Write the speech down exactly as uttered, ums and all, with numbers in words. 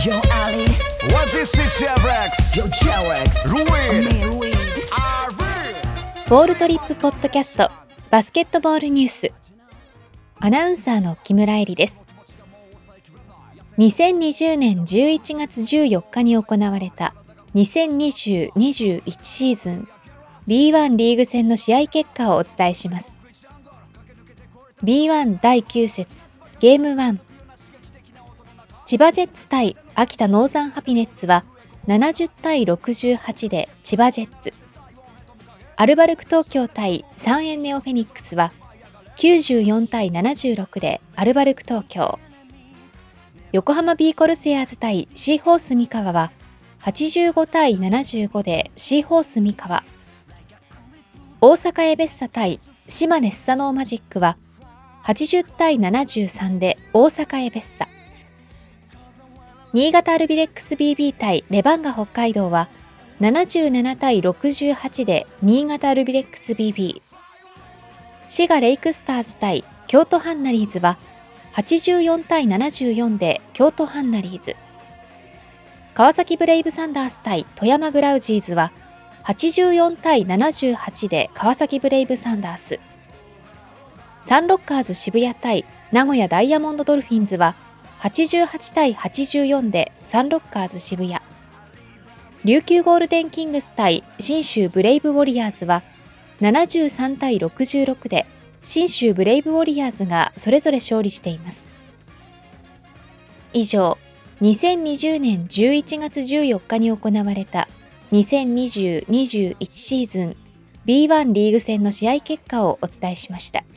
Yo Ali What is it, J-Rex? Yo J-Rex Ruin Me Ruin ボールトリップポッドキャストバスケットボールニュース。アナウンサーの木村恵里です。にせんにじゅうねんじゅういちがつじゅうよっかに行われたにせんにじゅう にじゅういちシーズン ビーワン リーグ戦の試合結果をお伝えします。 ビーワン だいきゅう節ゲームいち、千葉ジェッツ対秋田ノーザンハピネッツはななじゅうたいろくじゅうはちで千葉ジェッツ、アルバルク東京対サンエンネオフェニックスはきゅうじゅうよんたいななじゅうろくでアルバルク東京、横浜ビーコルセアーズ対シーホース三河ははちじゅうごたいななじゅうごでシーホース三河、大阪エベッサ対島根スサノーマジックははちじゅうたいななじゅうさんで大阪エベッサ、新潟アルビレックス ビービー 対レバンガ北海道はななじゅうななたいろくじゅうはちで新潟アルビレックス ビービー、滋賀レイクスターズ対京都ハンナリーズははちじゅうよんたいななじゅうよんで京都ハンナリーズ、川崎ブレイブサンダース対富山グラウジーズははちじゅうよんたいななじゅうはちで川崎ブレイブサンダース、サンロッカーズ渋谷対名古屋ダイヤモンドドルフィンズははちじゅうはちたいはちじゅうよんでサンロッカーズ渋谷、琉球ゴールデンキングス対信州ブレイブウォリアーズはななじゅうさんたいろくじゅうろくで信州ブレイブウォリアーズがそれぞれ勝利しています。以上、にせんにじゅうねんじゅういちがつじゅうよっかに行われたにせんにじゅう にじゅういちシーズン ビーワン リーグ戦の試合結果をお伝えしました。